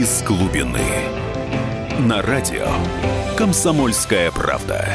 Из глубины. На радио «Комсомольская правда».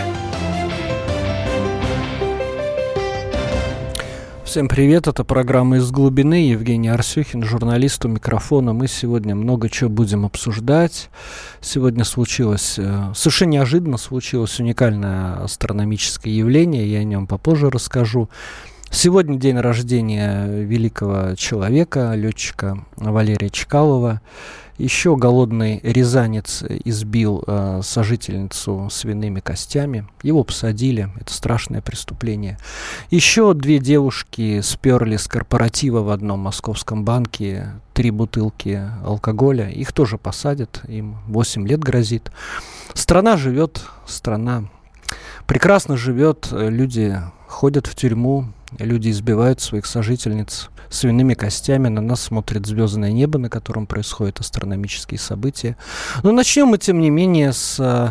Всем привет, это программа «Из глубины». Евгений Арсюхин, журналист у микрофона. Мы сегодня много чего будем обсуждать. Сегодня случилось, совершенно неожиданно случилось уникальное астрономическое явление. Я о нем попозже расскажу. Сегодня день рождения великого человека, летчика Валерия Чкалова. Еще голодный рязанец избил сожительницу свиными костями. Его посадили. Это страшное преступление. Еще 2 девушки сперли с корпоратива в одном московском банке 3 бутылки алкоголя. Их тоже посадят. Им 8 лет грозит. Страна живет. Страна прекрасно живет. Люди ходят в тюрьму. Люди избивают своих сожительниц свиными костями. На нас смотрит звездное небо, на котором происходят астрономические события. Но начнем мы, тем не менее, с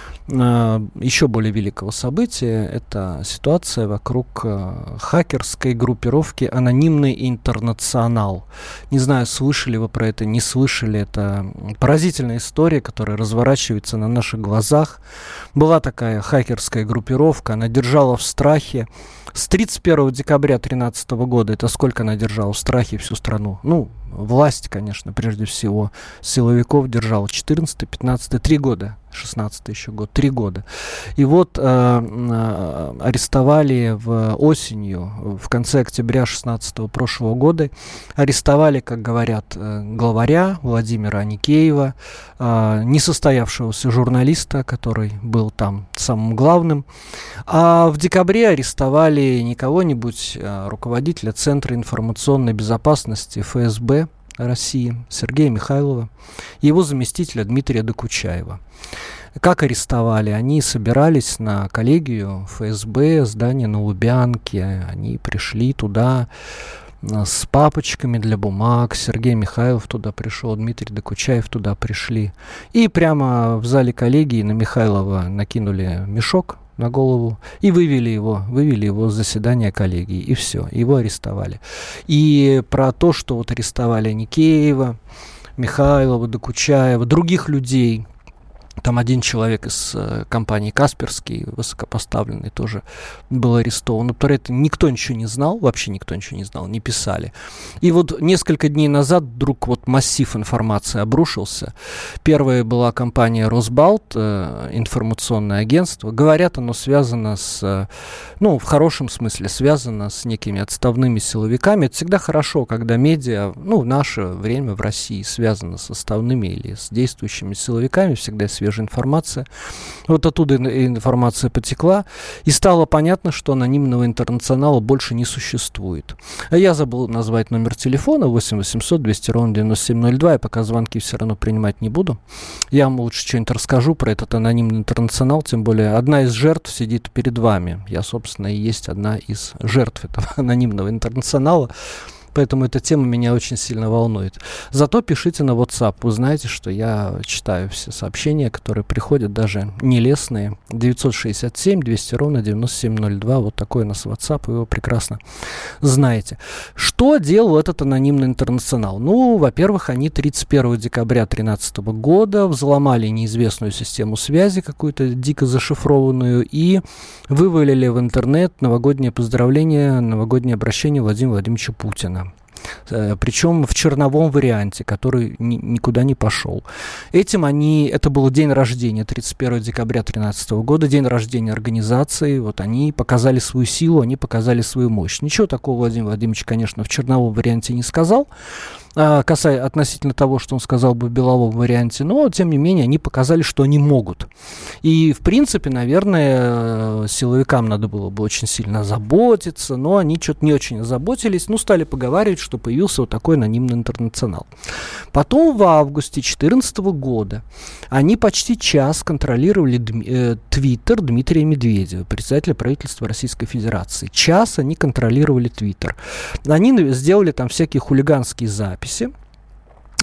еще более великого события. Это ситуация вокруг хакерской группировки «Анонимный Интернационал». Не знаю, слышали вы про это, не слышали. Это поразительная история, которая разворачивается на наших глазах. Была такая хакерская группировка, она держала в страхе с 31 декабря 2013 года, это сколько она держала в страхе всю страну? Ну, власть, конечно, прежде всего, силовиков держала 14, 15, 3 года, 16 еще год, 3 года. И вот арестовали осенью, в конце октября 16 прошлого года, арестовали, как говорят, главаря Владимира Аникеева, несостоявшегося журналиста, который был там самым главным. А в декабре арестовали не кого-нибудь, руководителя Центра информационной безопасности ФСБ России Сергея Михайлова и его заместителя Дмитрия Докучаева. Как арестовали? Они собирались на коллегию ФСБ, здание на Лубянке. Они пришли туда с папочками для бумаг. Сергей Михайлов туда пришел, Дмитрий Докучаев туда пришли. И прямо в зале коллегии на Михайлова накинули мешок на голову и вывели его с заседания коллегии, и все, его арестовали. И про то, что вот арестовали Аникеева, Михайлова, Докучаева, других людей. Там один человек из компании «Касперский», высокопоставленный, тоже был арестован. Но про это никто ничего не знал, вообще никто ничего не знал, не писали. И вот несколько дней назад вдруг вот массив информации обрушился. Первая была компания «Росбалт», информационное агентство. Говорят, оно связано в хорошем смысле, связано с некими отставными силовиками. Это всегда хорошо, когда медиа, в наше время в России связано с отставными или с действующими силовиками, всегда свежая информация. Вот оттуда информация потекла, и стало понятно, что анонимного интернационала больше не существует. А я забыл назвать номер телефона 8 800 200 ровно 9702. Я пока звонки все равно принимать не буду. Я вам лучше что-нибудь расскажу про этот анонимный интернационал, тем более одна из жертв сидит перед вами. Я, собственно, и есть одна из жертв этого анонимного интернационала. Поэтому эта тема меня очень сильно волнует. Зато пишите на WhatsApp. Вы знаете, что я читаю все сообщения, которые приходят, даже нелестные. 967 200 ровно 9702. Вот такой у нас WhatsApp, вы его прекрасно знаете. Что делал этот анонимный интернационал? Во-первых, они 31 декабря 2013 года взломали неизвестную систему связи, какую-то дико зашифрованную, и вывалили в интернет новогоднее поздравление, новогоднее обращение Владимира Владимировича Путина. Причем в черновом варианте, который никуда не пошел. Это был день рождения, 31 декабря 2013 года, день рождения организации. Вот они показали свою силу, они показали свою мощь. Ничего такого Владимир Владимирович, конечно, в черновом варианте не сказал, относительно того, что он сказал бы в беловом варианте, но, тем не менее, они показали, что они могут. И, в принципе, наверное, силовикам надо было бы очень сильно озаботиться, но они что-то не очень озаботились, стали поговаривать, что появился вот такой анонимный интернационал. Потом в августе 2014 года они почти час контролировали Твиттер Дмитрия Медведева, председателя правительства Российской Федерации. Час они контролировали Твиттер. Они сделали там всякие хулиганские записи.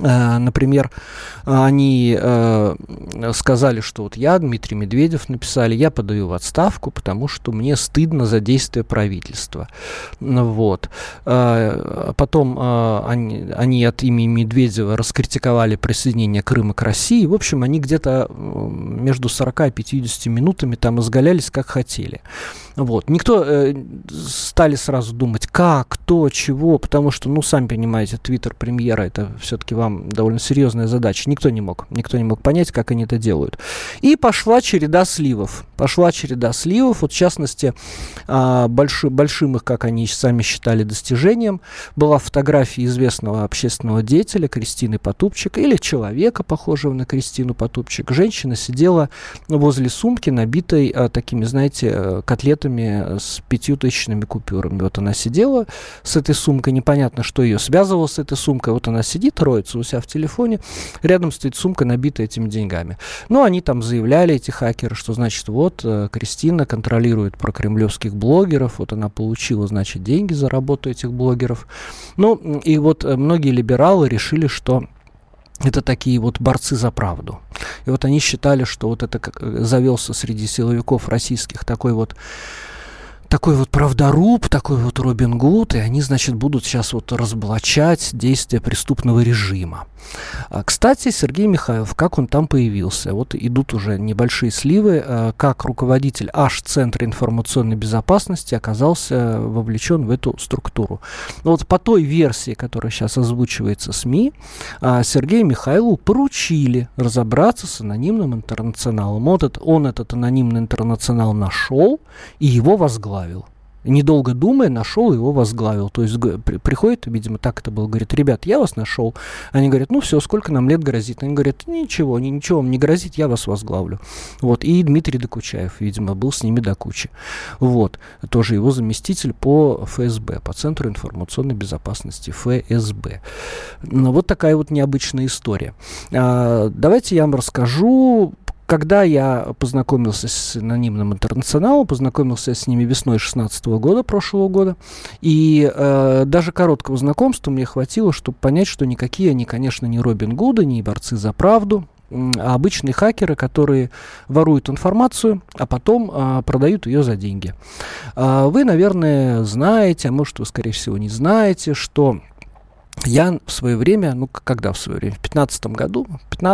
Например, они сказали, что вот я, Дмитрий Медведев, написали, я подаю в отставку, потому что мне стыдно за действия правительства. Вот. Потом они от имени Медведева раскритиковали присоединение Крыма к России. В общем, они где-то между 40 и 50 минутами там изгалялись, как хотели. Вот. Никто стали сразу думать, как, кто, чего, потому что, ну, сами понимаете, твиттер премьера — это все-таки вам довольно серьезная задача. Никто не мог понять, как они это делают. И пошла череда сливов. Вот, в частности, большим их, как они сами считали, достижением была фотография известного общественного деятеля Кристины Потупчик, или человека, похожего на Кристину Потупчик. Женщина сидела возле сумки, набитой такими, знаете, котлетами с 5000-ными купюрами. Вот она сидела с этой сумкой, непонятно, что ее связывало с этой сумкой. Вот она сидит, роется у себя в телефоне, рядом стоит сумка, набитая этими деньгами. Ну, они там заявляли, эти хакеры, что, значит, вот Кристина контролирует прокремлевских блогеров, вот она получила, значит, деньги за работу этих блогеров. Ну, и вот многие либералы решили, что это такие вот борцы за правду. И вот они считали, что вот это завелся среди силовиков российских такой вот правдоруб, такой вот Робин Гуд, и они, значит, будут сейчас вот разоблачать действия преступного режима. Кстати, Сергей Михайлов, как он там появился? Вот идут уже небольшие сливы, как руководитель аж Центра информационной безопасности оказался вовлечен в эту структуру. Но вот по той версии, которая сейчас озвучивается СМИ, Сергею Михайлову поручили разобраться с анонимным интернационалом. Он этот анонимный интернационал нашел и его возглавил. Недолго думая, нашел, его возглавил. То есть приходит, видимо, так это было, говорит, ребят, я вас нашел. Они говорят, ну все, сколько нам лет грозит? Они говорят, ничего вам не грозит, я вас возглавлю. Вот. И Дмитрий Докучаев, видимо, был с ними до кучи. Вот. Тоже его заместитель по ФСБ, по Центру информационной безопасности, ФСБ. Ну, вот такая вот необычная история. Давайте я вам расскажу. Когда я познакомился с анонимным интернационалом, познакомился с ними весной 2016 года, прошлого года, и даже короткого знакомства мне хватило, чтобы понять, что никакие они, конечно, не Робин Гуды, не борцы за правду, а обычные хакеры, которые воруют информацию, а потом продают ее за деньги. Вы, наверное, знаете, а может, вы, скорее всего, не знаете, что я в свое время, в 2015 году,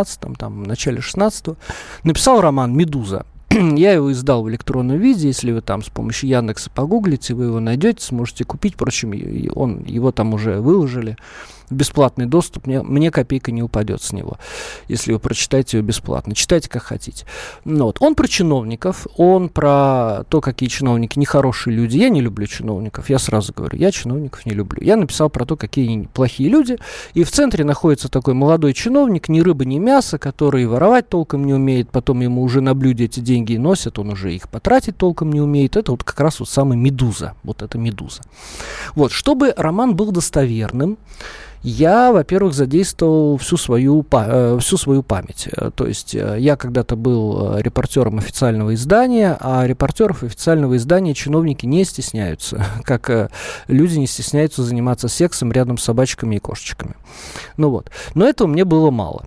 в начале 16-го, написал роман «Медуза». Я его издал в электронном виде, если вы там с помощью Яндекса погуглите, вы его найдете, сможете купить, впрочем, его там уже выложили в бесплатный доступ, мне копейка не упадет с него, если вы прочитаете его бесплатно. Читайте, как хотите. Вот. Он про чиновников, он про то, какие чиновники нехорошие люди. Я не люблю чиновников, я сразу говорю, я чиновников не люблю. Я написал про то, какие они плохие люди, и в центре находится такой молодой чиновник, ни рыба, ни мясо, который воровать толком не умеет, потом ему уже на блюде эти деньги носят, он уже их потратить толком не умеет. Это вот как раз вот самая «Медуза». Вот это «Медуза». Вот, чтобы роман был достоверным, я, во-первых, задействовал всю свою память. То есть я когда-то был репортером официального издания, а репортеров официального издания чиновники не стесняются, как люди не стесняются заниматься сексом рядом с собачками и кошечками. Ну вот. Но этого мне было мало.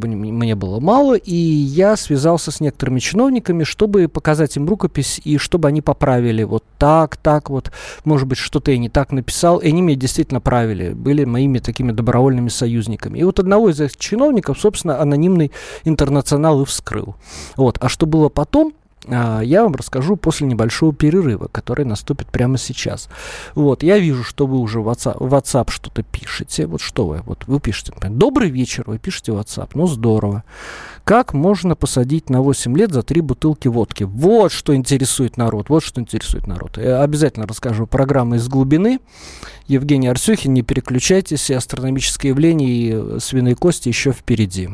И я связался с некоторыми чиновниками, чтобы показать им рукопись, и чтобы они поправили вот так вот. Может быть, что-то я не так написал. И они меня действительно правили. Были моими такими добровольными союзниками. И вот одного из этих чиновников, собственно, анонимный интернационал и вскрыл. Вот. А что было потом, я вам расскажу после небольшого перерыва, который наступит прямо сейчас. Вот. Я вижу, что вы уже в WhatsApp что-то пишете. Вот что вы? Вот вы пишете, например, «Добрый вечер», вы пишете в WhatsApp. Ну, здорово. Как можно посадить на 8 лет за 3 бутылки водки? Вот что интересует народ. Я обязательно расскажу программы «Из глубины». Евгений Арсюхин, не переключайтесь, и астрономические явления, и свиные кости еще впереди.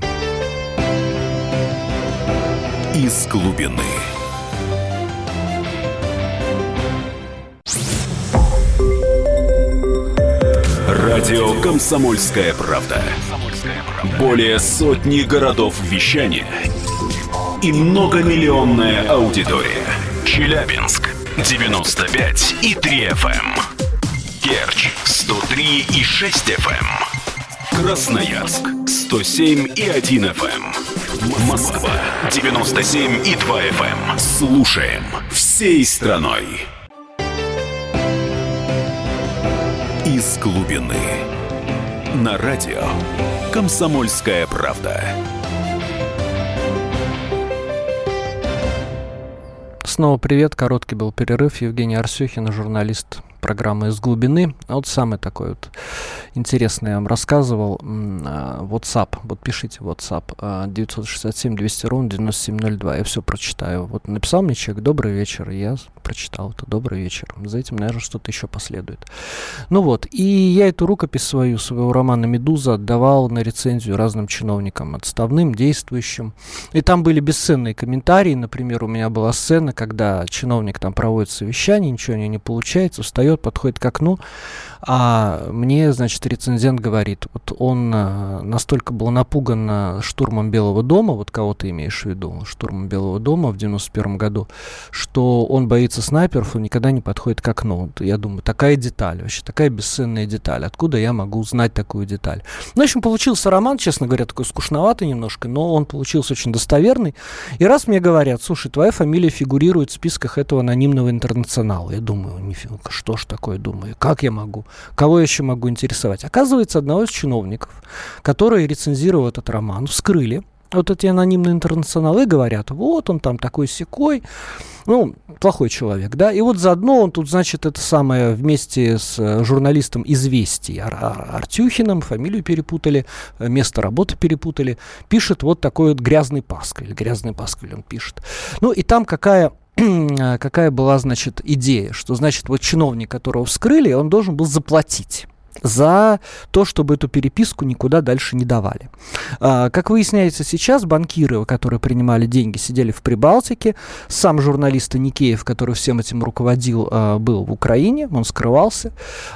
«Из глубины». Радио «Комсомольская правда». Более сотни городов вещания и многомиллионная аудитория. Челябинск 95,3 FM. Керчь 103,6 FM. Красноярск 107,1 FM. Москва 97,2 FM. Слушаем всей страной. Из глубины. На радио «Комсомольская правда». Снова привет. Короткий был перерыв. Евгений Арсюхин, журналист программы «Из глубины». А вот самый такой вот интересный я вам рассказывал. WhatsApp. Вот пишите WhatsApp 967-200-97-02. Я все прочитаю. Вот написал мне человек «Добрый вечер». И я прочитал это «Добрый вечер». За этим, наверное, что-то еще последует. Ну вот. И я эту рукопись своего романа «Медуза» отдавал на рецензию разным чиновникам, отставным, действующим. И там были бесценные комментарии. Например, у меня была сцена, когда чиновник там проводит совещание, ничего у него не получается, встает, подходит к окну, а мне, значит, рецензент говорит, вот он настолько был напуган штурмом Белого дома, вот кого ты имеешь в виду, штурмом Белого дома в 91 году, что он боится снайперов, он никогда не подходит к окну. Вот я думаю, такая деталь, вообще такая бесценная деталь, откуда я могу узнать такую деталь? Ну, в общем, получился роман, честно говоря, такой скучноватый немножко, но он получился очень достоверный. И раз мне говорят, слушай, твоя фамилия фигурирует в списках этого анонимного интернационала, я думаю, нифига, что ж такое, думаю, как я могу? Кого я еще могу интересовать? Оказывается, одного из чиновников, который рецензировал этот роман, вскрыли вот эти анонимные интернационалы и говорят, вот он там такой-сякой, ну, плохой человек, да, и вот заодно он тут, значит, это самое, вместе с журналистом «Известий» Артюхиным, фамилию перепутали, место работы перепутали, пишет вот такой вот грязный пасквиль он пишет. Ну, и там какая была, значит, идея, что, значит, вот чиновник, которого вскрыли, он должен был заплатить за то, чтобы эту переписку никуда дальше не давали. Как выясняется сейчас, банкиры, которые принимали деньги, сидели в Прибалтике. Сам журналист Аникеев, который всем этим руководил, был в Украине, он скрывался,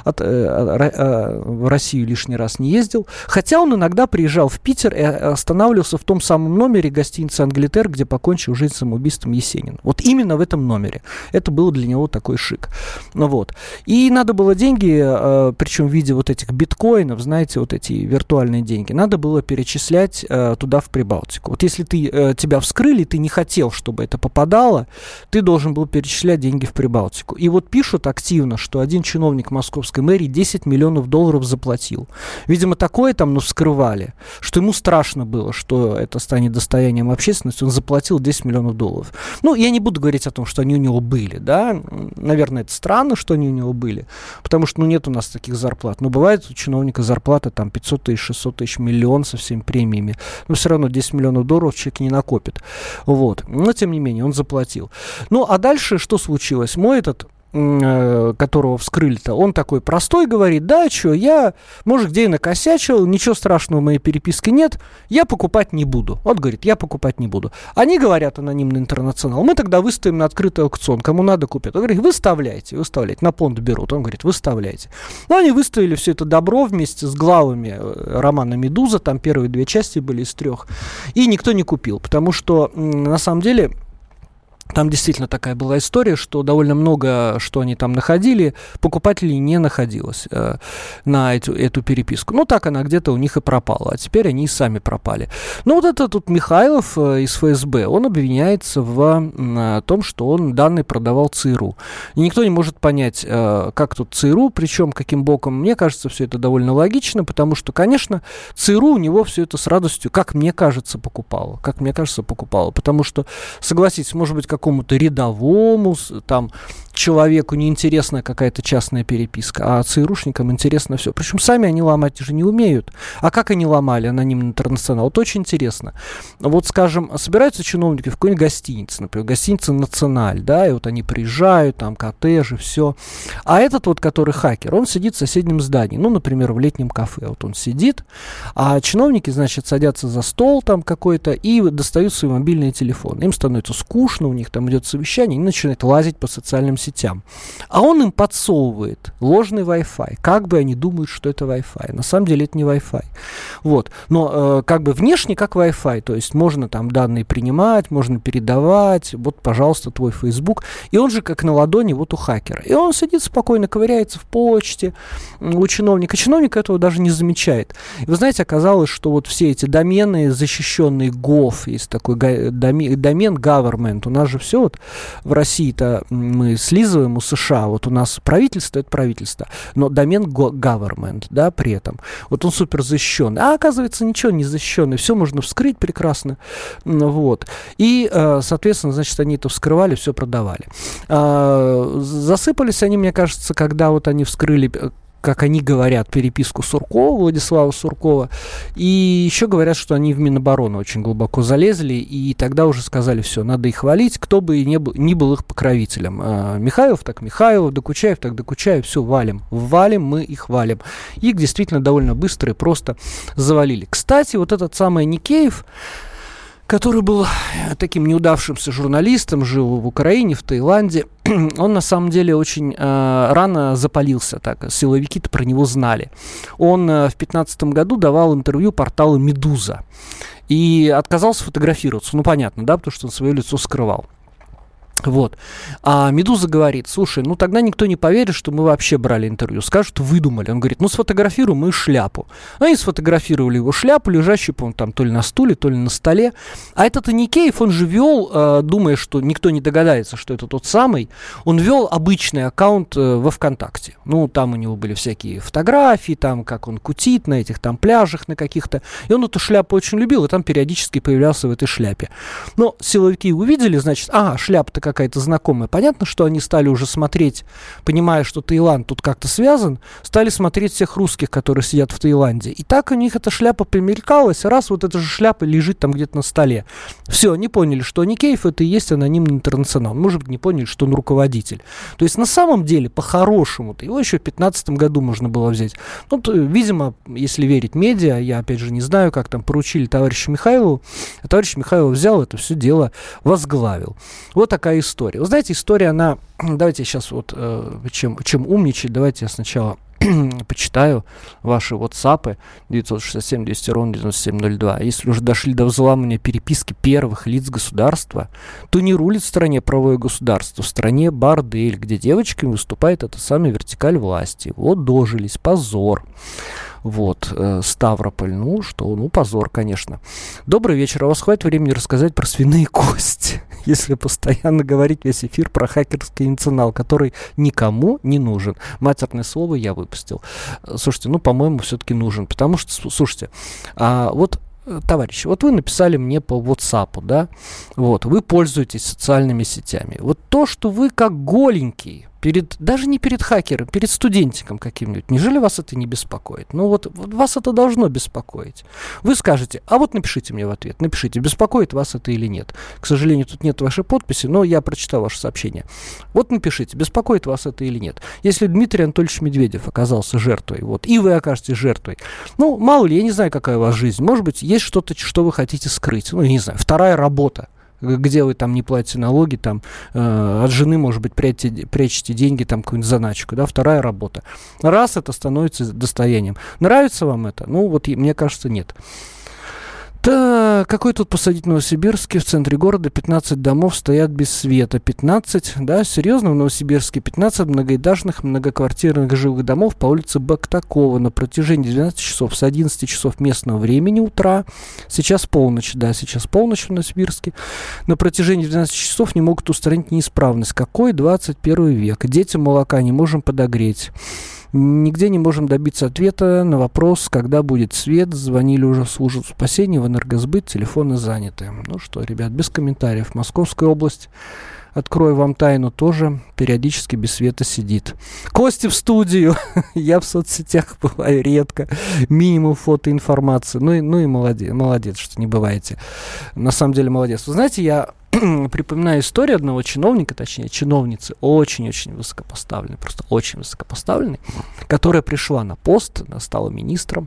в Россию лишний раз не ездил. Хотя он иногда приезжал в Питер и останавливался в том самом номере гостиницы «Англитер», где покончил жизнь самоубийством Есенин. Вот именно в этом номере. Это было для него такой шик. Ну, вот. И надо было деньги, причем в виде вот этих биткоинов, знаете, вот эти виртуальные деньги, надо было перечислять туда, в Прибалтику. Вот если тебя вскрыли, ты не хотел, чтобы это попадало, ты должен был перечислять деньги в Прибалтику. И вот пишут активно, что один чиновник московской мэрии $10 миллионов заплатил. Видимо, такое там, вскрывали, что ему страшно было, что это станет достоянием общественности, он заплатил $10 миллионов. Ну, я не буду говорить о том, что они у него были, да, наверное, это странно, что они у него были, потому что, нет у нас таких зарплат. Но бывает у чиновника зарплата там 500 тысяч, 600 тысяч, миллион со всеми премиями. Но все равно $10 миллионов человек не накопит. Вот. Но, тем не менее, он заплатил. Ну, а дальше что случилось? Мой этот, которого вскрыли-то, он такой простой, говорит, да, что я, может, где и накосячил, ничего страшного в моей переписке нет, я покупать не буду. Вот, говорит, я покупать не буду. Они говорят, анонимный интернационал, мы тогда выставим на открытый аукцион, кому надо купят. Он говорит, выставляйте, на понт берут. Он говорит, выставляйте. Ну, они выставили все это добро вместе с главами романа «Медуза», там первые 2 части были из 3, и никто не купил, потому что, на самом деле, там действительно такая была история, что довольно много, что они там находили, покупателей не находилось на эту переписку. Ну, так она где-то у них и пропала, а теперь они и сами пропали. Ну, вот этот тут Михайлов из ФСБ, он обвиняется в том, что он данные продавал ЦРУ. И никто не может понять, как тут ЦРУ, причем каким боком. Мне кажется, все это довольно логично, потому что, конечно, ЦРУ у него все это с радостью, как мне кажется, покупало. Потому что, согласитесь, может быть, какому-то рядовому там человеку неинтересна какая-то частная переписка, а ЦРУшникам интересно все. Причем сами они ломать же не умеют. А как они ломали анонимный интернационал? Вот очень интересно. Вот, скажем, собираются чиновники в какой-нибудь гостинице, например, гостиница «Националь», да, и вот они приезжают, там коттеджи, все. А этот вот, который хакер, он сидит в соседнем здании, ну, например, в летнем кафе. Вот он сидит, а чиновники, значит, садятся за стол там какой-то и достают свои мобильные телефоны. Им становится скучно, у них там идет совещание, и начинают лазить по социальным сетям. А он им подсовывает ложный Wi-Fi. Как бы они думают, что это Wi-Fi. На самом деле это не Wi-Fi. Вот. Но как бы внешне как Wi-Fi. То есть можно там данные принимать, можно передавать. Вот, пожалуйста, твой Facebook. И он же как на ладони вот у хакера. И он сидит спокойно, ковыряется в почте у чиновника. Чиновник этого даже не замечает. И вы знаете, оказалось, что вот все эти домены, защищенные gov, есть такой домен government. У нас же все вот в России-то мы слизываем у США. Вот у нас правительство — это правительство. Но домен government, да, при этом. Вот он супер защищенный. А оказывается, ничего не защищенный. Все можно вскрыть прекрасно. Вот. И, соответственно, значит, они это вскрывали, все продавали. Засыпались они, мне кажется, когда вот они вскрыли, как они говорят, переписку Суркова, Владислава Суркова. И еще говорят, что они в Минобороны очень глубоко залезли, и тогда уже сказали, все, надо их валить, кто бы ни был их покровителем. Михайлов так Михайлов, Докучаев так Докучаев, все, валим, мы их валим. Их действительно довольно быстро и просто завалили. Кстати, вот этот самый Никеев, который был таким неудавшимся журналистом, жил в Украине, в Таиланде, он на самом деле очень рано запалился, так, силовики-то про него знали. Он в 2015 году давал интервью порталу «Медуза» и отказался фотографироваться, ну понятно, да, потому что он свое лицо скрывал. Вот. А «Медуза» говорит, слушай, ну тогда никто не поверит, что мы вообще брали интервью. Скажут, выдумали. Он говорит, ну сфотографируем мою шляпу. Они сфотографировали его шляпу, лежащую, по-моему, там то ли на стуле, то ли на столе. А этот Аникеев, он же вел, думая, что никто не догадается, что это тот самый, он вел обычный аккаунт во ВКонтакте. Ну, там у него были всякие фотографии, там, как он кутит на этих там пляжах на каких-то. И он эту шляпу очень любил, и там периодически появлялся в этой шляпе. Но силовики увидели, значит, шляпа-то какая-то знакомая. Понятно, что они стали уже смотреть, понимая, что Таиланд тут как-то связан, стали смотреть всех русских, которые сидят в Таиланде. И так у них эта шляпа примелькалась, раз вот эта же шляпа лежит там где-то на столе. Все, они поняли, что Аникеев — это и есть анонимный интернационал. Может быть, не поняли, что он руководитель. То есть, на самом деле, по-хорошему-то, его еще в 2015 году можно было взять. Ну, видимо, если верить медиа, я, опять же, не знаю, как там поручили товарищу Михайлову, а товарищ Михайлов взял это все дело, возглавил. Вот такая история. Вы знаете, история, она... Давайте сейчас вот, чем умничать, давайте я сначала почитаю ваши WhatsApp 967-200-97-02. Если уже дошли до взламывания переписки первых лиц государства, то не рулит в стране правовое государство, в стране бордель, где девочками выступает эта самая вертикаль власти. Вот дожились, позор. Вот, Ставрополь, позор, конечно. Добрый вечер, а у вас хватит времени рассказать про свиные кости, если постоянно говорить весь эфир про хакерский инцидент, который никому не нужен. Матерное слово я выпустил. Слушайте, по-моему, все-таки нужен, потому что, слушайте, товарищи, вот вы написали мне по WhatsApp, да, вот, вы пользуетесь социальными сетями. Вот то, что вы как голенький, даже не перед хакером, перед студентиком каким-нибудь, неужели вас это не беспокоит? Вот вас это должно беспокоить. Вы скажете, а вот напишите мне в ответ, напишите, беспокоит вас это или нет. К сожалению, тут нет вашей подписи, но я прочитал ваше сообщение. Вот напишите, беспокоит вас это или нет. Если Дмитрий Анатольевич Медведев оказался жертвой, и вы окажетесь жертвой, мало ли, я не знаю, какая у вас жизнь, может быть, есть что-то, что вы хотите скрыть, я не знаю, вторая работа, где вы там не платите налоги, там от жены, может быть, прячете деньги, там какую-нибудь заначку, да, вторая работа. Раз это становится достоянием. Нравится вам это? Мне кажется, нет. Да, какой тут посадить в Новосибирске? В центре города 15 домов стоят без света. 15, да, серьезно, в Новосибирске 15 многоэтажных, многоквартирных жилых домов по улице Бактакова на протяжении 12 часов с 11 часов местного времени утра. Сейчас полночь в Новосибирске. На протяжении 12 часов не могут устранить неисправность. Какой 21 век? Детям молока не можем подогреть. Нигде не можем добиться ответа на вопрос, когда будет свет. Звонили уже в службу спасения, в Энергосбыт, телефоны заняты. Ну что, ребят, без комментариев. Московская область, открою вам тайну, тоже периодически без света сидит. Костя в студию. Я в соцсетях бываю редко. Минимум фотоинформации. Ну и молодец, что не бываете. На самом деле молодец. Вы знаете, я припоминаю историю одного чиновника, точнее, чиновницы, очень-очень высокопоставленной, просто очень высокопоставленной, которая пришла на пост, стала министром,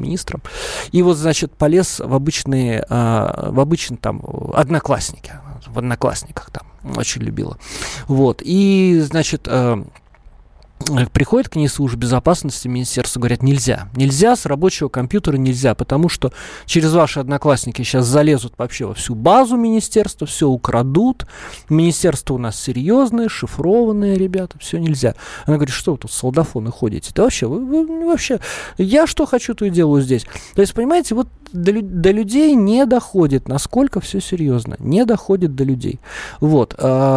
и вот, значит, полез в обычные там, одноклассники, в одноклассниках там, очень любила. Вот, и, значит... приходит к ней служба безопасности министерства, говорят, нельзя, с рабочего компьютера нельзя, потому что через ваши одноклассники сейчас залезут вообще во всю базу министерства, все украдут, министерство у нас серьезное, шифрованное, ребята, все нельзя. Она говорит, что вы тут солдафоны ходите? Да вообще, вы вообще, я что хочу, то и делаю здесь. То есть, понимаете, вот до людей не доходит, насколько все серьезно, не доходит до людей. Вот.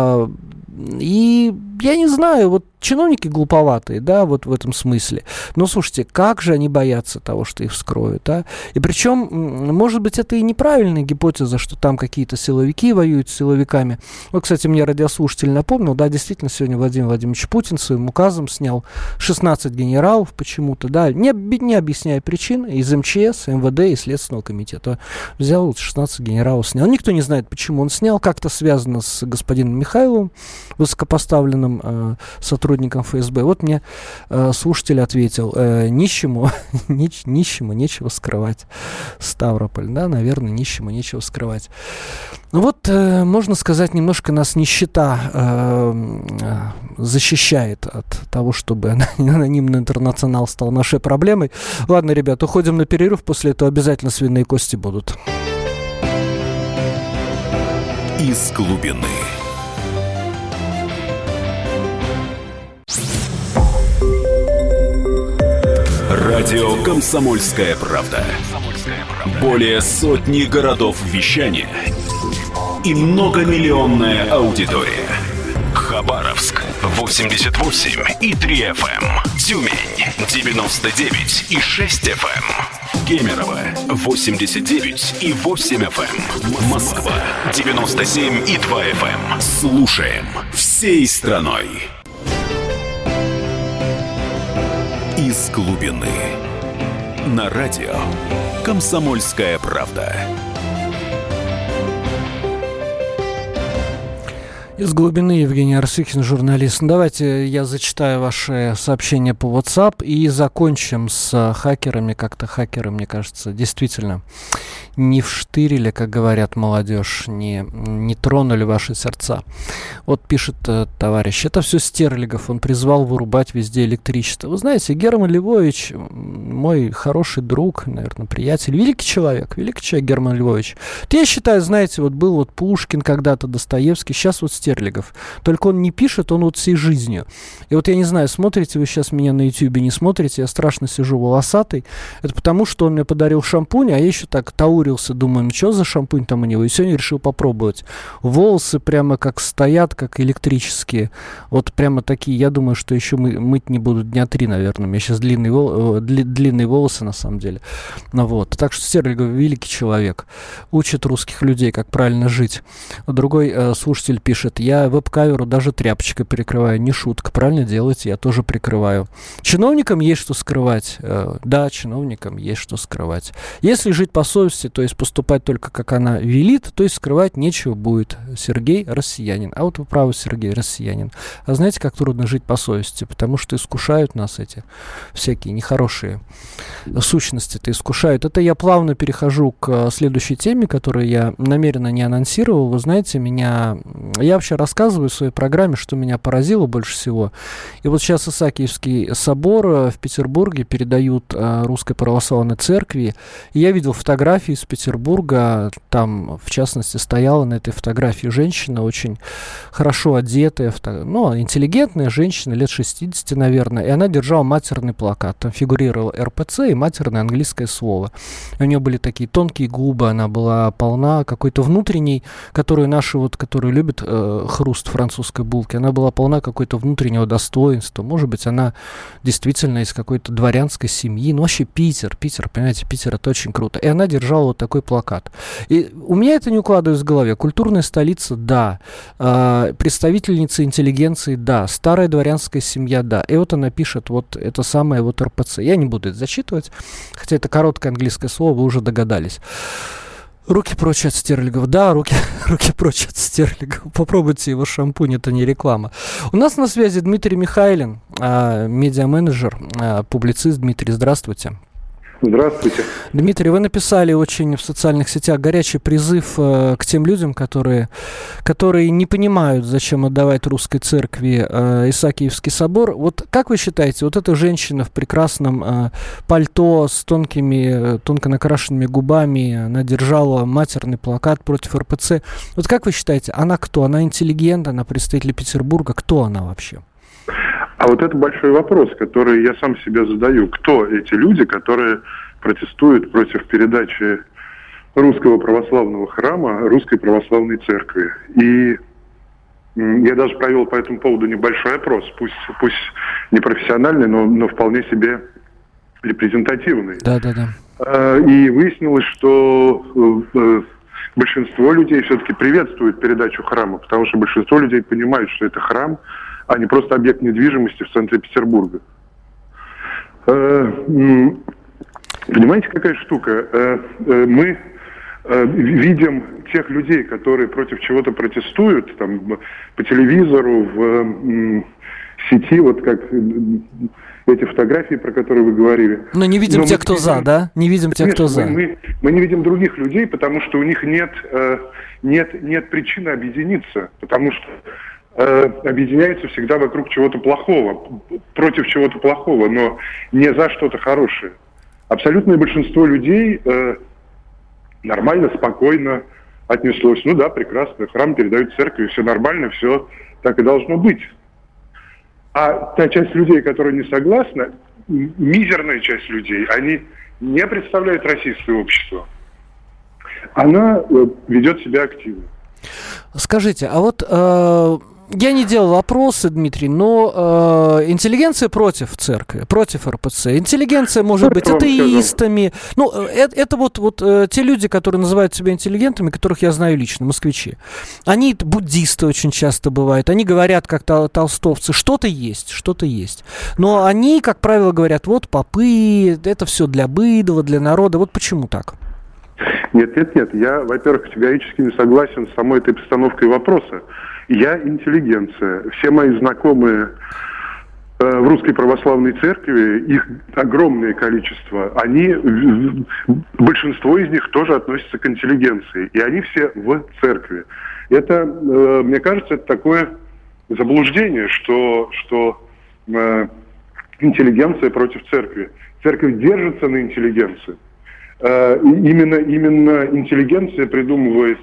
И я не знаю, вот чиновники глуповатые, да, вот в этом смысле. Но, слушайте, как же они боятся того, что их вскроют, а? И причем, может быть, это и неправильная гипотеза, что там какие-то силовики воюют с силовиками. Вот, кстати, мне радиослушатель напомнил, да, действительно, сегодня Владимир Владимирович Путин своим указом снял 16 генералов почему-то, да, не объясняя причин, из МЧС, МВД и Следственного комитета. Взял 16 генералов, снял. Никто не знает, почему он снял, как-то связано с господином Михайловым, высокопоставленным сотрудником ФСБ. Вот мне слушатель ответил, нищему нечего скрывать. Ставрополь, да, наверное, нищему нечего скрывать. Ну вот, можно сказать, немножко нас нищета защищает от того, чтобы анонимный интернационал стал нашей проблемой. Ладно, ребят, уходим на перерыв, после этого обязательно свиные кости будут. Из глубины. Радио «Комсомольская правда». Более сотни городов вещания и многомиллионная аудитория. Хабаровск 88,3 FM, Тюмень 99,6 FM, Кемерово 89,8 FM, Москва 97,2 FM. Слушаем всей страной. Из глубины. На радио «Комсомольская правда». Из глубины Евгений Арсюхин, журналист. Давайте я зачитаю ваши сообщения по WhatsApp и закончим с хакерами. Как-то хакеры, мне кажется, действительно не вштырили, как говорят молодежь, не тронули ваши сердца. Вот пишет товарищ, это все Стерлигов, он призвал вырубать везде электричество. Вы знаете, Герман Львович, мой хороший друг, наверное, приятель, великий человек Герман Львович. Я считаю, знаете, вот был вот Пушкин когда-то, Достоевский, сейчас вот Стерлигов. Только он не пишет, он вот всей жизнью. И вот я не знаю, смотрите вы сейчас меня на Ютьюбе, не смотрите, я страшно сижу волосатый. Это потому, что он мне подарил шампунь, а я еще так таурился, думаю, ну что за шампунь там у него? И сегодня решил попробовать. Волосы прямо как стоят, как электрические. Вот прямо такие. Я думаю, что еще мыть не буду дня 3, наверное. У меня сейчас длинные волосы, на самом деле. Ну, вот. Так что Стерлигов великий человек. Учит русских людей, как правильно жить. Другой слушатель пишет, я веб-камеру даже тряпочкой прикрываю. Не шутка, правильно делаете, я тоже прикрываю. Чиновникам есть что скрывать. Да, чиновникам есть что скрывать. Если жить по совести, то есть поступать только как она велит, то есть скрывать нечего будет. Сергей россиянин. А вот вы правы, Сергей россиянин. А знаете, как трудно жить по совести? Потому что искушают нас эти всякие нехорошие сущности-то искушают. Это я плавно перехожу к следующей теме, которую я намеренно не анонсировал. Вы знаете, я вообще рассказываю в своей программе, что меня поразило больше всего. И вот сейчас Исаакиевский собор в Петербурге передают Русской Православной Церкви. И я видел фотографии из Петербурга. Там, в частности, стояла на этой фотографии женщина, очень хорошо одетая, интеллигентная женщина, лет 60, наверное. И она держала матерный плакат. Там фигурировал РПЦ и матерное английское слово. У нее были такие тонкие губы, она была полна какой-то внутренней, которые любят хруст французской булки, она была полна какой-то внутреннего достоинства. Может быть, она действительно из какой-то дворянской семьи. Ну, вообще Питер, понимаете, Питер — это очень круто. И она держала вот такой плакат. И у меня это не укладывается в голове. Культурная столица — да. Представительница интеллигенции — да. Старая дворянская семья — да. И вот она пишет вот это самое вот РПЦ. Я не буду это зачитывать, хотя это короткое английское слово, вы уже догадались. Руки прочь от Стерлигов. Да, руки прочь от Стерлигов. Попробуйте его шампунь, это не реклама. У нас на связи Дмитрий Михайлин, медиаменеджер, публицист. Дмитрий, здравствуйте. Здравствуйте. Дмитрий, вы написали очень в социальных сетях горячий призыв к тем людям, которые не понимают, зачем отдавать русской церкви Исаакиевский собор. Вот как вы считаете, вот эта женщина в прекрасном пальто с тонко накрашенными губами, она держала матерный плакат против РПЦ. Вот как вы считаете, она кто? Она интеллигент, она представитель Петербурга? Кто она вообще? А вот это большой вопрос, который я сам себе задаю. Кто эти люди, которые протестуют против передачи русского православного храма русской православной церкви? И я даже провел по этому поводу небольшой опрос, пусть не профессиональный, но вполне себе репрезентативный. Да. И выяснилось, что большинство людей все-таки приветствует передачу храма, потому что большинство людей понимают, что это храм, а не просто объект недвижимости в центре Петербурга. Понимаете, какая штука? Мы видим тех людей, которые против чего-то протестуют, там, по телевизору, в сети, вот как эти фотографии, про которые вы говорили. Но не видим тех, кто за, да? Не видим тех, кто за. Мы не видим других людей, потому что у них нет причины объединиться, потому что объединяются всегда вокруг чего-то плохого, против чего-то плохого, но не за что-то хорошее. Абсолютное большинство людей нормально, спокойно отнеслось. Ну да, прекрасно, храм передают церкви, все нормально, все так и должно быть. А та часть людей, которая не согласна, мизерная часть людей, они не представляют российское общество. Она ведет себя активно. Скажите, а вот я не делал опросы, Дмитрий, но интеллигенция против церкви, против РПЦ. Интеллигенция может быть атеистами. Ну, это вот те люди, которые называют себя интеллигентами, которых я знаю лично, москвичи. Они буддисты очень часто бывают. Они говорят, как толстовцы, что-то есть. Но они, как правило, говорят, вот попы, это все для быдла, для народа. Вот почему так? Нет. Я, во-первых, категорически не согласен с самой этой постановкой вопроса. Я интеллигенция. Все мои знакомые в Русской Православной Церкви, их огромное количество, большинство из них тоже относятся к интеллигенции. И они все в церкви. Это, мне кажется, это такое заблуждение, что интеллигенция против церкви. Церковь держится на интеллигенции. Именно интеллигенция придумывает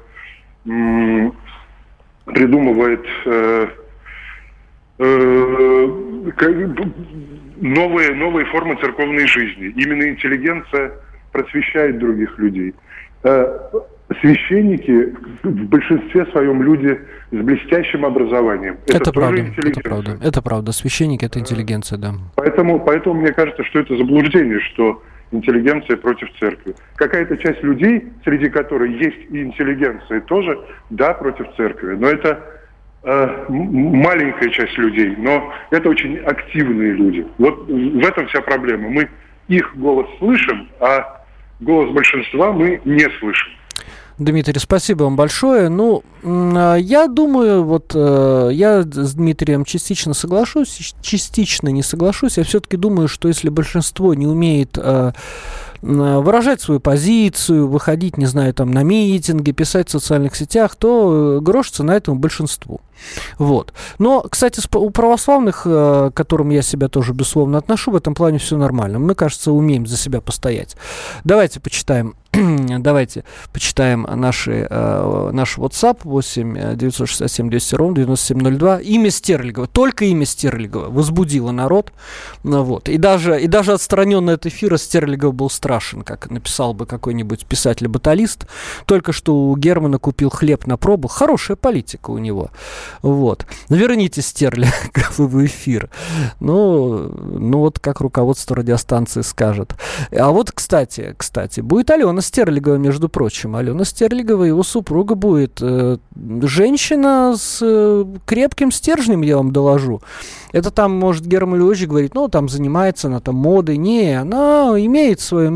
новые формы церковной жизни. Именно интеллигенция просвещает других людей. Священники в большинстве своем люди с блестящим образованием. Это правда. Это правда. Священники — это интеллигенция, да. Поэтому мне кажется, что это заблуждение, что интеллигенция против церкви. Какая-то часть людей, среди которых есть и интеллигенция, тоже, да, против церкви. Но это маленькая часть людей, но это очень активные люди. Вот в этом вся проблема. Мы их голос слышим, а голос большинства мы не слышим. Дмитрий, спасибо вам большое. Ну, я думаю, я с Дмитрием частично соглашусь, частично не соглашусь. Я все-таки думаю, что если большинство не умеет выражать свою позицию, выходить, не знаю, там, на митинги, писать в социальных сетях, то грошится на этом большинству. Вот. Но, кстати, у православных, к которым я себя тоже, безусловно, отношу, в этом плане все нормально. Мы, кажется, умеем за себя постоять. Давайте почитаем наш WhatsApp 8 967 200 ровно 9702. Имя Стерлигова, только имя Стерлигова возбудило народ. Вот. И даже отстраненный от эфира Стерлигов был страшен, как написал бы какой-нибудь писатель-баталист. Только что у Германа купил хлеб на пробу. Хорошая политика у него. Вот. Верните Стерлигова в эфир. Ну вот как руководство радиостанции скажет. А вот, кстати, будет Алена Стерлигова, между прочим. Алена Стерлигова, его супруга будет женщина с крепким стержнем, я вам доложу. Это там, может, Герман Львович говорит, там занимается она там модой. Не, она имеет свое мнение.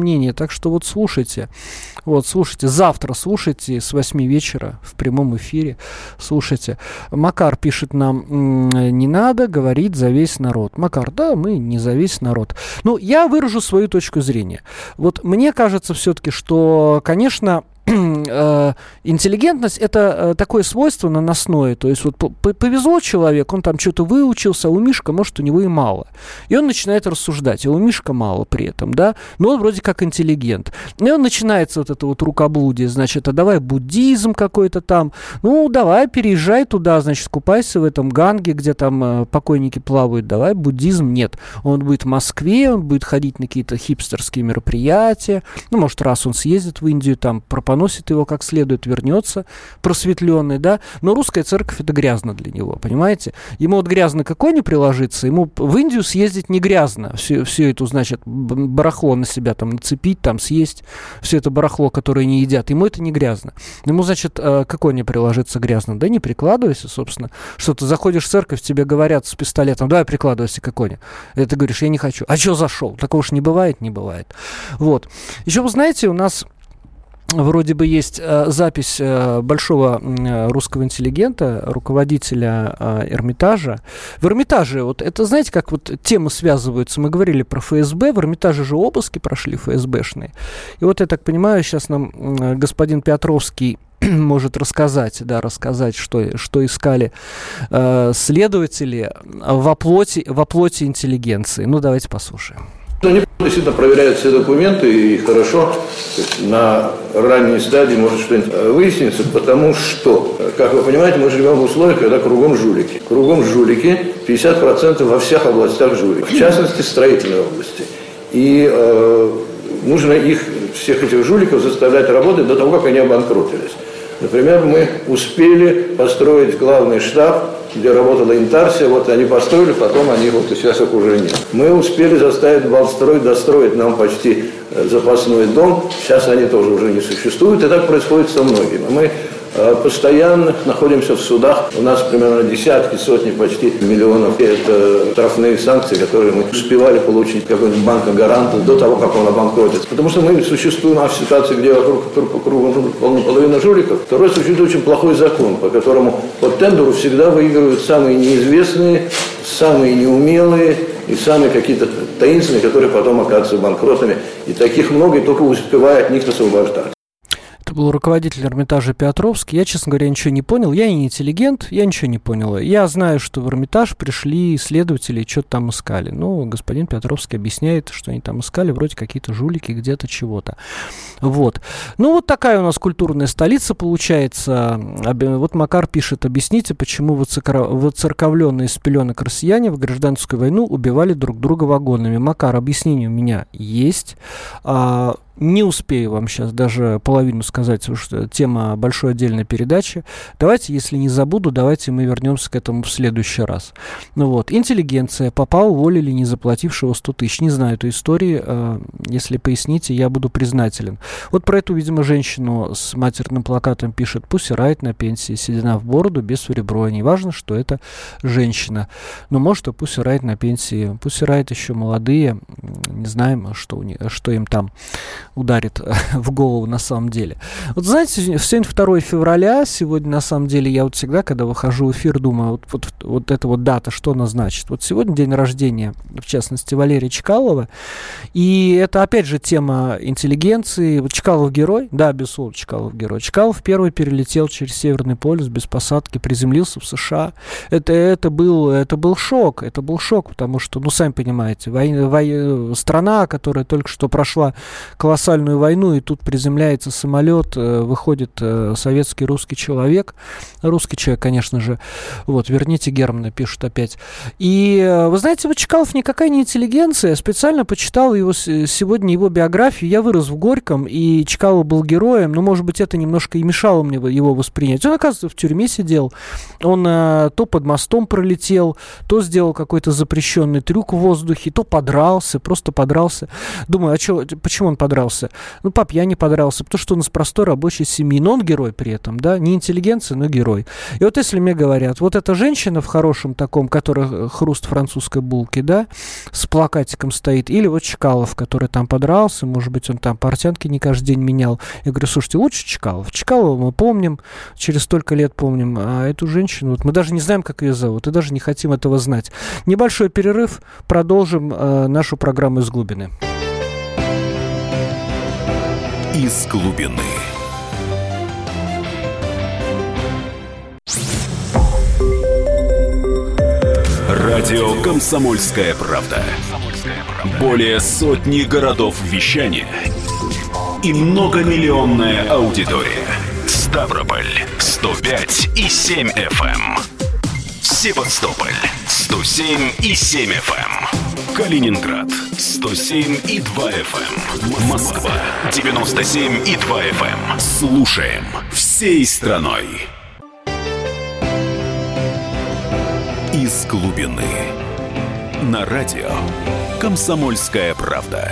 мнение. Так что вот слушайте. Вот, слушайте. Завтра слушайте с 8 вечера в прямом эфире. Слушайте. Макар пишет нам, не надо говорить за весь народ. Макар, да, мы не за весь народ. Ну, я выражу свою точку зрения. Вот мне кажется все-таки, что, конечно, интеллигентность — это такое свойство наносное. То есть вот повезло человеку, он там что-то выучился, а у Мишка, может, у него и мало. И он начинает рассуждать, а у Мишка мало при этом, да, но он вроде как интеллигент. И он начинается вот это вот рукоблудие, значит, а давай буддизм какой-то там, ну, давай переезжай туда, значит, купайся в этом Ганге, где там покойники плавают, давай буддизм. Нет, он будет в Москве, он будет ходить на какие-то хипстерские мероприятия, ну, может, раз он съездит в Индию, там, поносит его как следует, вернется просветленный, да, но русская церковь — это грязно для него, понимаете? Ему вот грязно какой не приложиться, ему в Индию съездить не грязно, все это, значит, барахло на себя там нацепить, там съесть, все это барахло, которое не едят, ему это не грязно. Ему, значит, какой не приложиться грязно? Да не прикладывайся, собственно. Что ты заходишь в церковь, тебе говорят с пистолетом, давай прикладывайся к иконе. И ты говоришь, я не хочу. А что зашел? Такого уж не бывает, не бывает. Вот. Еще, вы знаете, у нас вроде бы есть запись большого русского интеллигента, руководителя Эрмитажа. В Эрмитаже, вот это, знаете, как вот темы связываются. Мы говорили про ФСБ, в Эрмитаже же обыски прошли ФСБшные. И вот, я так понимаю, сейчас нам господин Петровский может рассказать, что искали следователи во плоти интеллигенции. Ну, давайте послушаем. Они действительно проверяют все документы, и хорошо, на ранней стадии может что-нибудь выясниться, потому что, как вы понимаете, мы живем в условиях, когда кругом жулики. Кругом жулики, 50% во всех областях жулики, в частности, в строительной области. И нужно всех этих жуликов заставлять работать до того, как они обанкротились. Например, мы успели построить главный штаб, где работала Интарсия, вот они построили, потом они вот и сейчас их уже нет. Мы успели заставить Балтстрой достроить нам почти запасной дом, сейчас они тоже уже не существуют, и так происходит со многими. Мы постоянно находимся в судах, у нас примерно десятки, сотни, почти миллионов, это штрафные санкции, которые мы успевали получить какой-нибудь банка-гаранта до того, как он обанкротится. Потому что мы существуем в ситуации, где вокруг половина жуликов. Второй, существует очень плохой закон, по которому по тендеру всегда выигрывают самые неизвестные, самые неумелые и самые какие-то таинственные, которые потом оказываются банкротами. И таких много, и только успевая от них освобождаться. Это был руководитель Эрмитажа Петровский. Я, честно говоря, ничего не понял. Я не интеллигент, я ничего не понял. Я знаю, что в Эрмитаж пришли исследователи и что-то там искали. Ну, господин Петровский объясняет, что они там искали, вроде какие-то жулики, где-то чего-то. Вот. Ну, вот такая у нас культурная столица получается. Вот Макар пишет, объясните, почему воцерковленные из пеленок россияне в гражданскую войну убивали друг друга вагонами. Макар, объяснение у меня есть. Не успею вам сейчас даже половину сказать, потому что тема большой отдельной передачи. Давайте, если не забуду, давайте мы вернемся к этому в следующий раз. Ну вот, интеллигенция. Папа уволили, не заплатившего 100 тысяч. Не знаю этой истории. Если поясните, я буду признателен. Вот про эту, видимо, женщину с матерным плакатом пишет: Pussy Riot на пенсии, седина в бороду, без в ребро. Не важно, что это женщина. Но может и Pussy Riot на пенсии. Pussy Riot еще молодые. Не знаем, что им там ударит в голову на самом деле. Вот знаете, сегодня 2 февраля, сегодня на самом деле я вот всегда, когда выхожу в эфир, думаю, вот эта вот дата, что она значит. Вот сегодня день рождения, в частности, Валерия Чкалова, и это опять же тема интеллигенции. Вот Чкалов герой, да, безусловно, Чкалов герой. Чкалов первый перелетел через Северный полюс без посадки, приземлился в США. Это был шок, потому что, ну, сами понимаете, страна, которая только что прошла колоссальную войну, и тут приземляется самолет, выходит советский русский человек, конечно же, вот, верните Германа, пишут опять. И, вы знаете, вот Чкалов никакая не интеллигенция, я специально почитал сегодня его биографию, я вырос в Горьком, и Чкалов был героем, но, может быть, это немножко и мешало мне его воспринять. Он, оказывается, в тюрьме сидел, он то под мостом пролетел, то сделал какой-то запрещенный трюк в воздухе, то просто подрался. Думаю, почему он подрался? подрался. Ну, по пьяни подрался, потому что он из простой рабочей семьи. Но он герой при этом, да, не интеллигенция, но герой. И вот если мне говорят, вот эта женщина в хорошем таком, которая хруст французской булки, да, с плакатиком стоит, или вот Чкалов, который там подрался, может быть, он там портянки не каждый день менял. Я говорю, слушайте, лучше Чкалов. Чкалова мы помним, через столько лет помним, а эту женщину, вот мы даже не знаем, как ее зовут, и даже не хотим этого знать. Небольшой перерыв, продолжим нашу программу «Из глубины». «Из глубины». Радио «Комсомольская правда». Более сотни городов вещания и многомиллионная аудитория. Ставрополь 105 и 7 FM. Севастополь 107 и 7 FM. Калининград 107 и 2 FM. Москва 97 и 2 FM. Слушаем всей страной. «Из глубины». На радио «Комсомольская правда».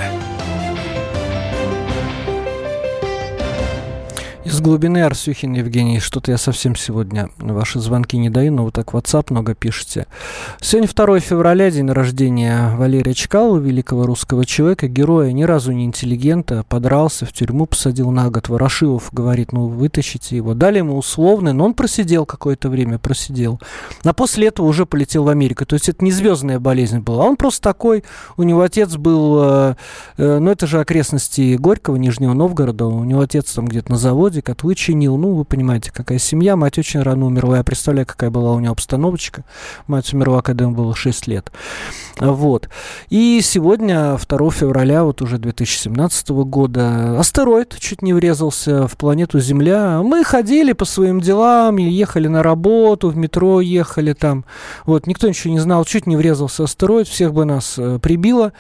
Из глубины, Арсюхин Евгений. Что-то я совсем сегодня ваши звонки не даю, но вы так в WhatsApp много пишете. Сегодня 2 февраля, день рождения Валерия Чкалова, великого русского человека, героя, ни разу не интеллигента, подрался, в тюрьму посадил на год. Ворошилов говорит, ну вытащите его. Дали ему условный, но он просидел какое-то время, А после этого уже полетел в Америку. То есть это не звездная болезнь была, он просто такой. У него отец был, ну это же окрестности Горького, Нижнего Новгорода, у него отец там где-то на заводе, котлы чинил. Ну, вы понимаете, какая семья. Мать очень рано умерла. Я представляю, какая была у него обстановочка. Мать умерла, когда ему было 6 лет. Вот. И сегодня, 2 февраля, вот уже 2017 года, астероид чуть не врезался в планету Земля. Мы ходили по своим делам, ехали на работу, в метро ехали там. Вот, никто ничего не знал. Чуть не врезался астероид, всех бы нас прибило.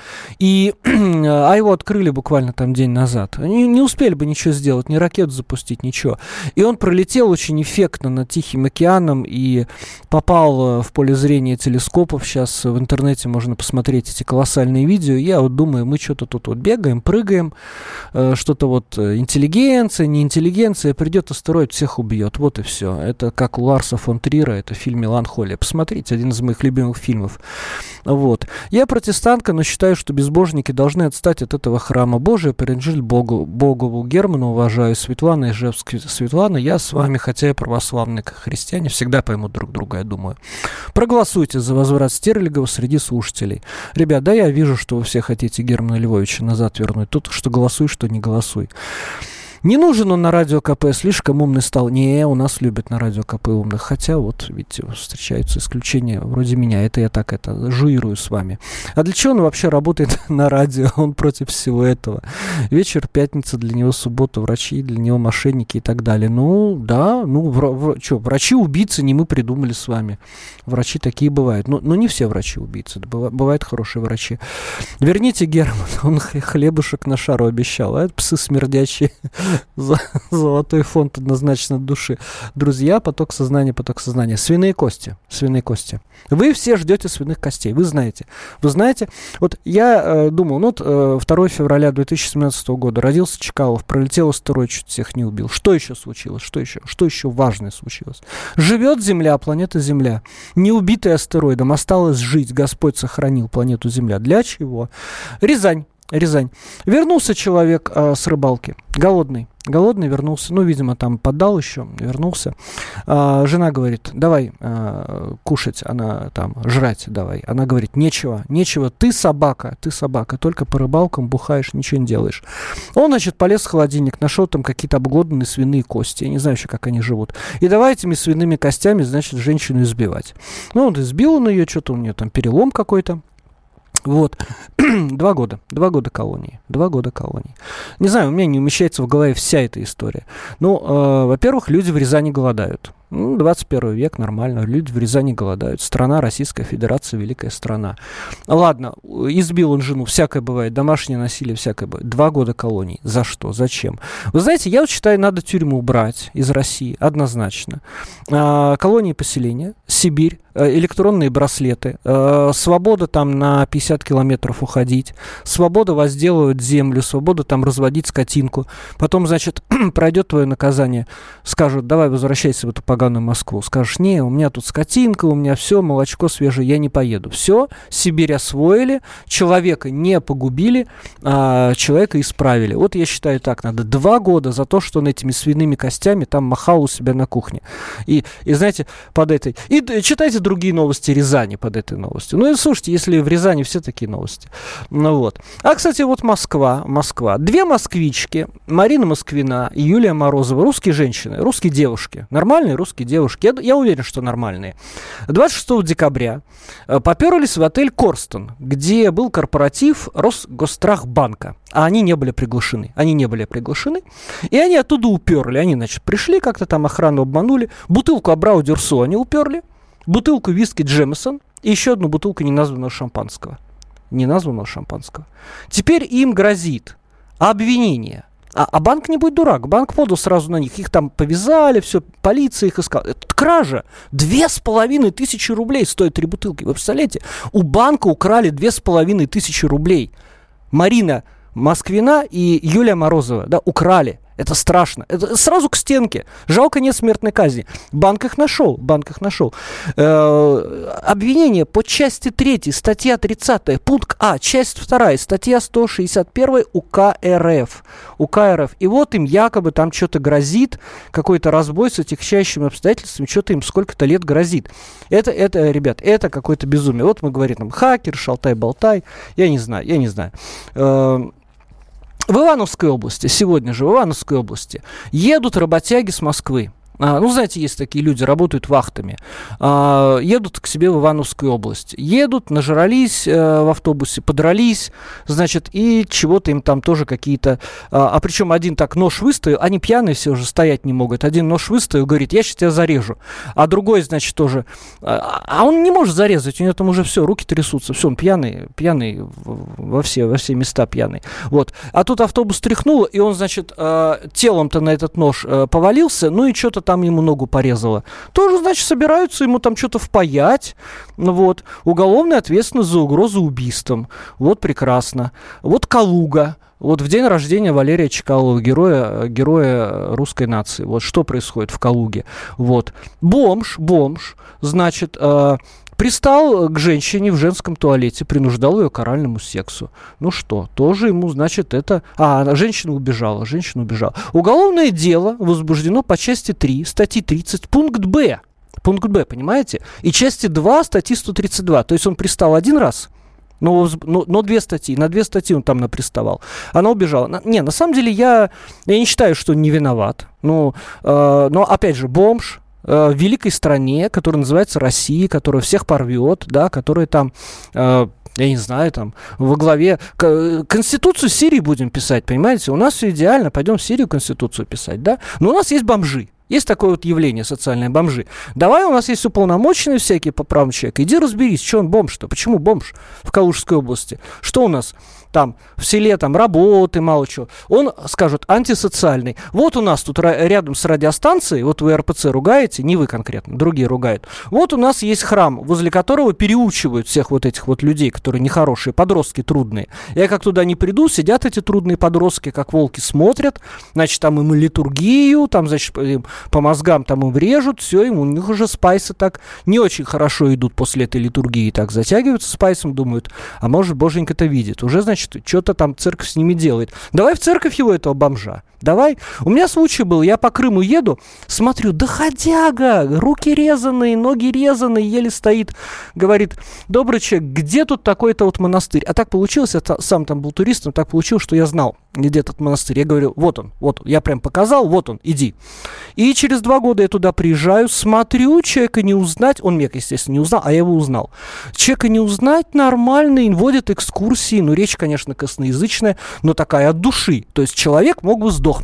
А его открыли буквально там день назад. Они не успели бы ничего сделать, ни ракету запустить, ничего. И он пролетел очень эффектно над Тихим океаном и попал в поле зрения телескопов. Сейчас в интернете можно посмотреть эти колоссальные видео. Я вот думаю, мы что-то тут вот бегаем, прыгаем, что-то вот интеллигенция, не интеллигенция, придет астероид, всех убьет. Вот и все. Это как у Ларса фон Трира, это фильм «Меланхолия». Посмотрите, один из моих любимых фильмов. Вот. Я протестантка, но считаю, что безбожники должны отстать от этого храма. Божия принадлежит Богову. Германа уважаю, Светлана Ижевская. Светлана, я с вами, хотя и православные христиане, всегда поймут друг друга, я думаю. Проголосуйте за возврат Стерлигова среди слушателей. Ребят, да, я вижу, что вы все хотите Германа Львовича назад вернуть. Тут что голосуй, что не голосуй. Не нужен он на радио КП, слишком умный стал. Не, у нас любят на радио КП умных. Хотя вот, видите, встречаются исключения вроде меня. Это я так жуирую с вами. А для чего он вообще работает на радио? Он против всего этого. Вечер, пятница, для него суббота, врачи, для него мошенники и так далее. Ну, да, врачи-убийцы не мы придумали с вами. Врачи такие бывают. Но не все врачи-убийцы. Бывают хорошие врачи. Верните Германа, он хлебушек на шару обещал. А это псы смердячие. Золотой фонд однозначно души. Друзья, поток сознания. Свиные кости. Вы все ждете свиных костей, вы знаете. Вот я думал, 2 февраля 2017 года родился Чкалов, пролетел астероид, чуть всех не убил. Что еще случилось? Что еще важное случилось? Живет Земля, планета Земля. Не убитая астероидом, осталось жить. Господь сохранил планету Земля. Для чего? Рязань. Вернулся человек с рыбалки. Голодный вернулся. Ну, видимо, там поддал еще, вернулся. Жена говорит, давай кушать, она там, жрать давай. Она говорит, нечего, ты собака, только по рыбалкам бухаешь, ничего не делаешь. Он, значит, полез в холодильник, нашел там какие-то обглоданные свиные кости. Я не знаю еще, как они живут. И давай этими свиными костями, значит, женщину избивать. Ну, он избил он ее, что-то у нее там перелом какой-то. Вот. 2 года колонии. Не знаю, у меня не умещается в голове вся эта история. Ну, во-первых, люди в Рязани голодают. 21 век, нормально. Люди в Рязани голодают. Страна, Российская Федерация, великая страна. Ладно, избил он жену, всякое бывает. Домашнее насилие, всякое бывает. 2 года колоний. За что? Зачем? Вы знаете, я вот считаю, надо тюрьму убрать из России. Однозначно. Колонии поселения, Сибирь, электронные браслеты, свобода там на 50 километров уходить, свобода возделывать землю, свобода там разводить скотинку. Потом, значит, пройдет твое наказание, скажут, давай возвращайся в эту поганую Москву. Скажешь, не, у меня тут скотинка, у меня все, молочко свежее, я не поеду. Все, Сибирь освоили, человека не погубили, а человека исправили. Вот я считаю, так надо. 2 года за то, что он этими свиными костями там махал у себя на кухне. И знаете, под этой... И читайте другие новости Рязани под этой новостью. Ну и слушайте, если в Рязани все такие новости. Ну вот. А, кстати, вот Москва. 2 москвички, Марина Москвина и Юлия Морозова, русские женщины, русские девушки. Нормальные русские девушки. Я уверен, что нормальные. 26 декабря поперлись в отель «Корстон», где был корпоратив Росгосстрахбанка. А они не были приглашены. И они оттуда уперли. Они, значит, пришли, как-то там охрану обманули. Бутылку Абрау Дюрсо они уперли. Бутылку виски Джемесон и еще одну бутылку неназванного шампанского. Теперь им грозит обвинение. А банк не будет дурак. Банк подал сразу на них. Их там повязали, все, полиция их искала. Это кража. 2500 рублей стоят 3 бутылки. Вы представляете? У банка украли 2500 рублей. Марина Москвина и Юлия Морозова, да, украли. Это страшно. Это сразу к стенке. Жалко, нет смертной казни. Банк их нашел. Обвинение по части 3, статья 30, пункт А, часть 2, статья 161 УК РФ. И вот им якобы там что-то грозит, какой-то разбой с отягчающими обстоятельствами, что-то им сколько-то лет грозит. Это, ребят, это какое-то безумие. Вот мы говорим, там, хакер, шалтай-болтай. Я не знаю. В Ивановской области, сегодня же в Ивановской области, едут работяги с Москвы. Знаете, есть такие люди, работают вахтами, едут к себе в Ивановскую область. Едут, нажрались в автобусе, подрались, значит, и чего-то им там тоже какие-то... причем один так нож выставил, они пьяные все уже, стоять не могут. Один нож выставил, говорит, я сейчас тебя зарежу. А другой, значит, тоже... А он не может зарезать, у него там уже все, руки трясутся, все, он пьяный во все места пьяный. Вот. А тут автобус тряхнул, и он, значит, телом-то на этот нож повалился, ну и что-то там ему ногу порезало. Тоже, значит, собираются ему там что-то впаять. Вот. Уголовная ответственность за угрозу убийством. Вот прекрасно. Вот Калуга. Вот в день рождения Валерия Чкалова, героя русской нации. Вот что происходит в Калуге. Вот. Бомж, значит, пристал к женщине в женском туалете, принуждал ее к оральному сексу. Ну что, тоже ему, значит, это... женщина убежала. Уголовное дело возбуждено по части 3, статьи 30, пункт Б, понимаете? И части 2, статьи 132. То есть он пристал один раз, но 2 статьи. На 2 статьи он там наприставал. Она убежала. На самом деле, я не считаю, что он не виноват. Но опять же, бомж, в великой стране, которая называется Россия, которая всех порвет, да, которая там, я не знаю, там, во главе... Конституцию Сирии будем писать, понимаете? У нас все идеально, пойдем в Сирию Конституцию писать, да? Но у нас есть бомжи. Есть такое вот явление, социальные бомжи. Давай, у нас есть уполномоченные всякие по правам человека. Иди разберись, что он бомж-то, почему бомж в Калужской области? Что у нас там в селе, там работы, мало чего. Он, скажут, антисоциальный. Вот у нас тут рядом с радиостанцией, вот вы РПЦ ругаете, не вы конкретно, другие ругают. Вот у нас есть храм, возле которого переучивают всех вот этих вот людей, которые нехорошие, подростки трудные. Я как туда не приду, сидят эти трудные подростки, как волки смотрят, значит, там им литургию, там, значит, им по мозгам там им врежут, все, им у них уже спайсы так не очень хорошо идут после этой литургии, так затягиваются спайсом, думают, а может, боженька-то видит, уже, значит, что-то там церковь с ними делает. Давай в церковь его, этого бомжа. Давай. У меня случай был, я по Крыму еду, смотрю, доходяга, руки резаные, ноги резаные, еле стоит. Говорит, добрый человек, где тут такой-то вот монастырь? А так получилось, я сам там был туристом, так получилось, что я знал, где этот монастырь. Я говорю, вот он. Я прям показал, вот он, иди. И через 2 года я туда приезжаю, смотрю, человека не узнать, он меня, естественно, не узнал, а я его узнал. Человека не узнать, нормальный, водит экскурсии, речь, конечно, косноязычная, но такая от души. То есть человек мог бы сдохнуть,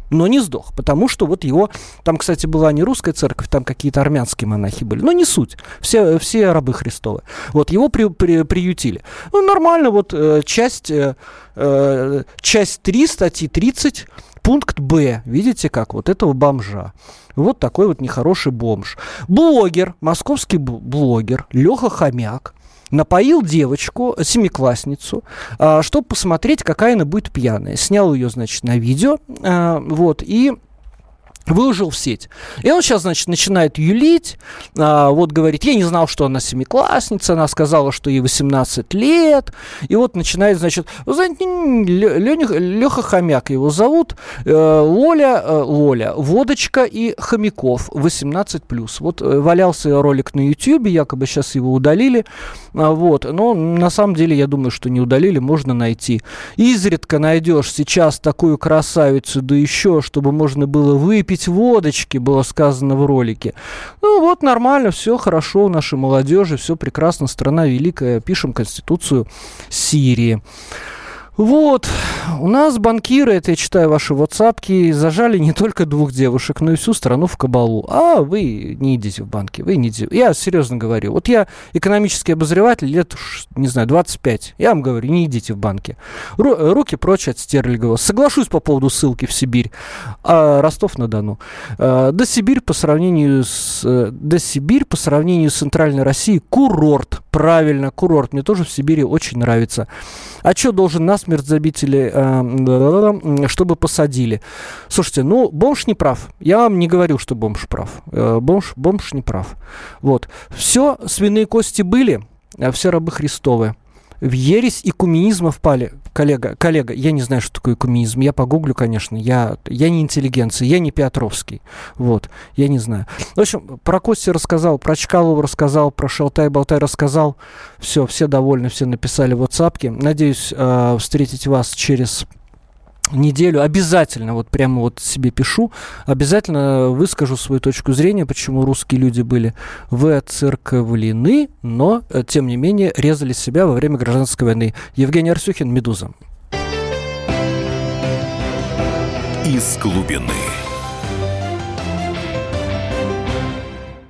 но не сдох, потому что вот его, там, кстати, была не русская церковь, там какие-то армянские монахи были, но не суть, все рабы Христовы. Вот, его приютили. Ну, нормально, вот часть 3, статьи 30, пункт Б, видите как, вот этого бомжа. Вот такой вот нехороший бомж. Блогер, московский блогер Леха Хомяк напоил девочку, семиклассницу, чтобы посмотреть, какая она будет пьяная. Снял ее, значит, на видео, вот, и выложил в сеть. И он сейчас, значит, начинает юлить, вот говорит, я не знал, что она семиклассница, она сказала, что ей 18 лет, и вот начинает, значит, вы знаете, Леха Хомяк его зовут, Лоля, водочка и хомяков, 18+. Вот валялся ролик на Ютьюбе, якобы сейчас его удалили, вот, но на самом деле, я думаю, что не удалили, можно найти. Изредка найдешь сейчас такую красавицу, да еще, чтобы можно было выпить водочки, было сказано в ролике. Ну вот, нормально, все хорошо у нашей молодежи, все прекрасно, страна великая, пишем Конституцию Сирии. Вот, у нас банкиры, это я читаю ваши ватсапки, зажали не только 2 девушек, но и всю страну в кабалу. А вы не идите в банки, вы не идите. Я серьезно говорю, вот я экономический обозреватель лет, не знаю, 25. Я вам говорю, не идите в банки. Руки прочь от Стерлигова. Соглашусь по поводу ссылки в Сибирь. Ростов-на-Дону. Да Сибирь по сравнению с Центральной Россией курорт. Правильно, курорт. Мне тоже в Сибири очень нравится. А что должен насмерть забить или чтобы посадили? Слушайте, ну, бомж не прав. Я вам не говорю, что бомж прав. Бомж не прав. Вот. Все, свиные кости были, а все рабы Христовы. В ересь экуменизма впали. Коллега, я не знаю, что такое экуменизм. Я погуглю, конечно. Я не интеллигенция, я не Петровский. Вот, я не знаю. В общем, про Кости рассказал, про Чкалову рассказал, про Шалтай-Болтай рассказал. Все довольны, все написали в WhatsApp. Надеюсь встретить вас через неделю. Обязательно, вот прямо вот себе пишу, обязательно выскажу свою точку зрения, почему русские люди были выцерковлены, но, тем не менее, резали себя во время гражданской войны. Евгений Арсюхин, «Медуза». Из глубины.